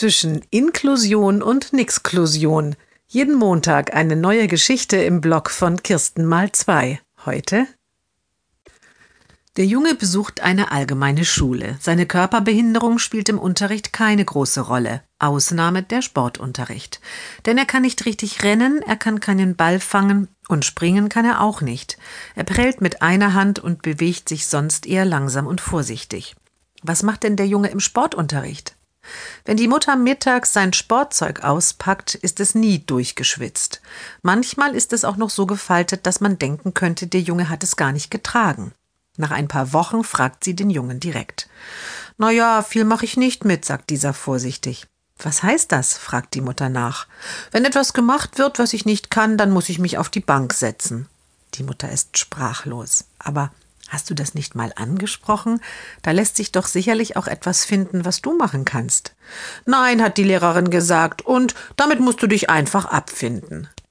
zwischen Inklusion und Nixklusion. Jeden Montag eine neue Geschichte im Blog von Kirsten mal 2. Heute: Der Junge besucht eine allgemeine Schule. Seine Körperbehinderung spielt im Unterricht keine große Rolle. Ausnahme der Sportunterricht. Denn er kann nicht richtig rennen, er kann keinen Ball fangen und springen kann er auch nicht. Er prellt mit einer Hand und bewegt sich sonst eher langsam und vorsichtig. Was macht denn der Junge im Sportunterricht? Wenn die Mutter mittags sein Sportzeug auspackt, ist es nie durchgeschwitzt. Manchmal ist es auch noch so gefaltet, dass man denken könnte, der Junge hat es gar nicht getragen. Nach ein paar Wochen fragt sie den Jungen direkt. »Na ja, viel mache ich nicht mit«, sagt dieser vorsichtig. »Was heißt das?«, fragt die Mutter nach. »Wenn etwas gemacht wird, was ich nicht kann, dann muss ich mich auf die Bank setzen.« Die Mutter ist sprachlos. »Aber hast du das nicht mal angesprochen? Da lässt sich doch sicherlich auch etwas finden, was du machen kannst.« »Nein«, hat die Lehrerin gesagt, »und damit musst du dich einfach abfinden.«